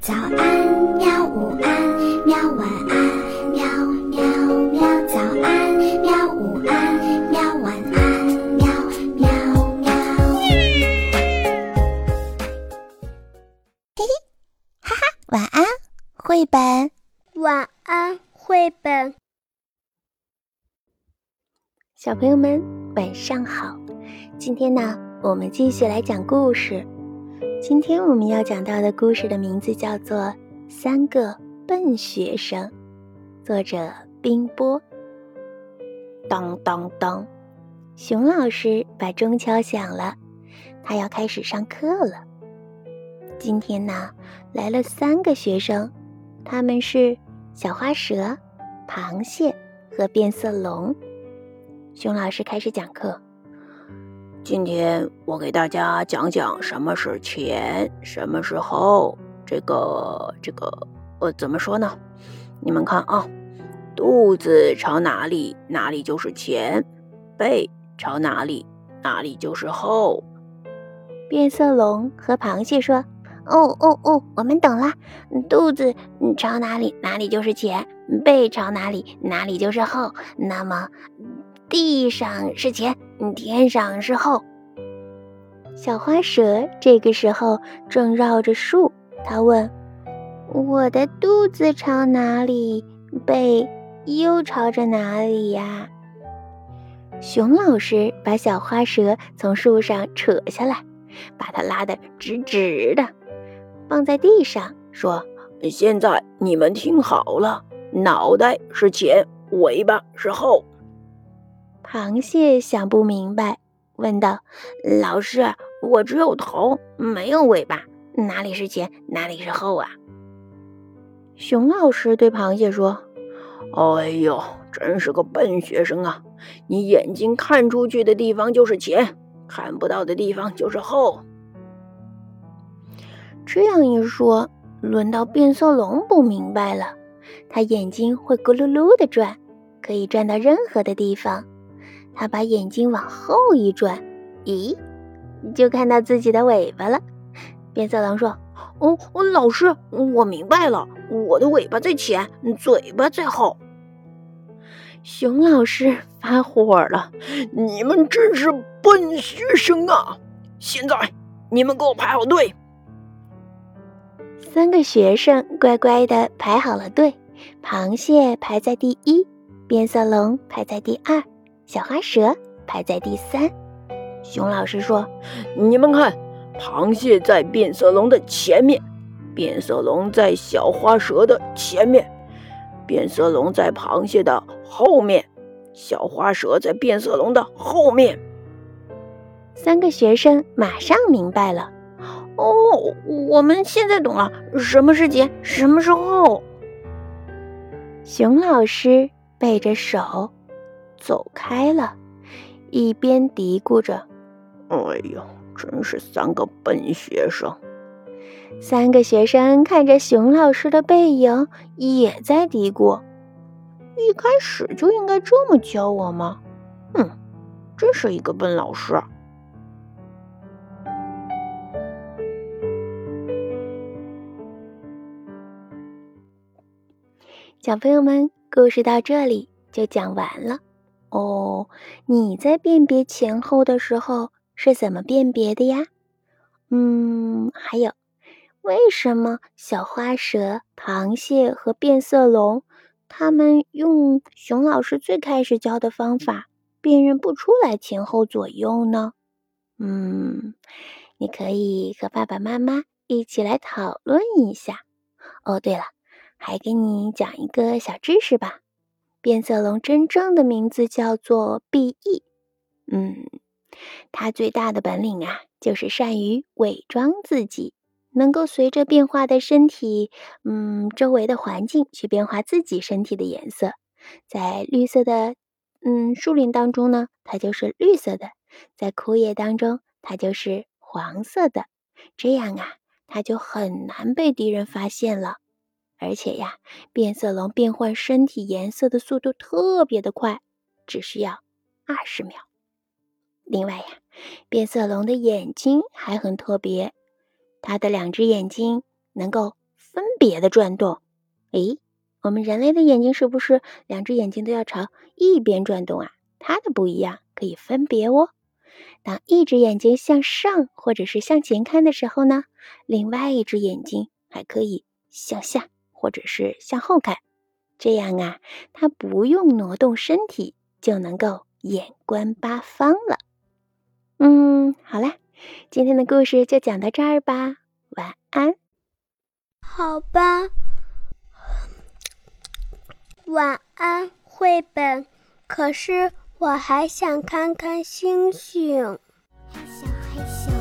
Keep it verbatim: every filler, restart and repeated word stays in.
早安喵，午安喵，晚安喵喵喵，早安喵，午安喵，晚安喵喵喵。 嘿嘿，哈哈，晚安绘本。 晚安绘本。 小朋友们晚上好，今天呢我们继续来讲故事。今天我们要讲到的故事的名字叫做《三个笨学生》，作者冰波。当当当，熊老师把钟敲响了，他要开始上课了。今天呢来了三个学生，他们是小花蛇、螃蟹和变色龙。熊老师开始讲课。 今天我给大家讲讲什么是前，什么是后。这个这个呃怎么说呢？你们看啊，肚子朝哪里，哪里就是前；背朝哪里，哪里就是后。 变色龙和螃蟹说：哦哦哦，我们懂了，肚子朝哪里，哪里就是前；背朝哪里，哪里就是后。那么地上是前，天上是后。小花蛇这个时候正绕着树，它问：我的肚子朝哪里，背又朝着哪里呀？熊老师把小花蛇从树上扯下来，把它拉得直直的，放在地上，说： 现在你们听好了，脑袋是前，尾巴是后。 螃蟹想不明白，问道：老师，我只有头，没有尾巴，哪里是前，哪里是后啊？熊老师对螃蟹说： 哎呦，真是个笨学生啊！你眼睛看出去的地方就是前，看不到的地方就是后。 这样一说，轮到变色龙不明白了，他眼睛会咕噜噜地转，可以转到任何的地方。他把眼睛往后一转，咦，就看到自己的尾巴了。变色龙说： 哦，老师，我明白了，我的尾巴在前，嘴巴在后。 熊老师发火了： 你们真是笨学生啊！现在你们给我排好队。 三个学生乖乖地排好了队，螃蟹排在第一，变色龙排在第二，小花蛇排在第三。熊老师说： 你们看，螃蟹在变色龙的前面，变色龙在小花蛇的前面，变色龙在螃蟹的后面，小花蛇在变色龙的后面。 三个学生马上明白了。哦，我们现在懂了，什么是前，什么是后。熊老师背着手走开了，一边嘀咕着： 哎呦，真是三个笨学生。 三个学生看着熊老师的背影，也在嘀咕：一开始就应该这么教我吗？嗯，真是一个笨老师。小朋友们，故事到这里就讲完了。哦，你在辨别前后的时候是怎么辨别的呀？嗯，还有，为什么小花蛇、螃蟹和变色龙，他们用熊老师最开始教的方法辨认不出来前后左右呢？嗯，你可以和爸爸妈妈一起来讨论一下。哦，对了，还给你讲一个小知识吧。变色龙真正的名字叫做碧翼。嗯，它最大的本领啊，就是善于伪装自己，能够随着变化的身体，嗯，周围的环境去变化自己身体的颜色。在绿色的，嗯，树林当中呢，它就是绿色的；在枯叶当中，它就是黄色的。这样啊，它就很难被敌人发现了。而且呀，变色龙变换身体颜色的速度特别的快，只需要二十秒。另外呀，变色龙的眼睛还很特别，它的两只眼睛能够分别的转动。诶，我们人类的眼睛是不是两只眼睛都要朝一边转动啊？它的不一样，可以分别哦。当一只眼睛向上或者是向前看的时候呢，另外一只眼睛还可以向下或者是向后看。这样啊，它不用挪动身体就能够眼观八方了。嗯，好啦，今天的故事就讲到这儿吧，晚安。 好吧，晚安，绘本。可是我还想看看星星。 嘿咻嘿咻。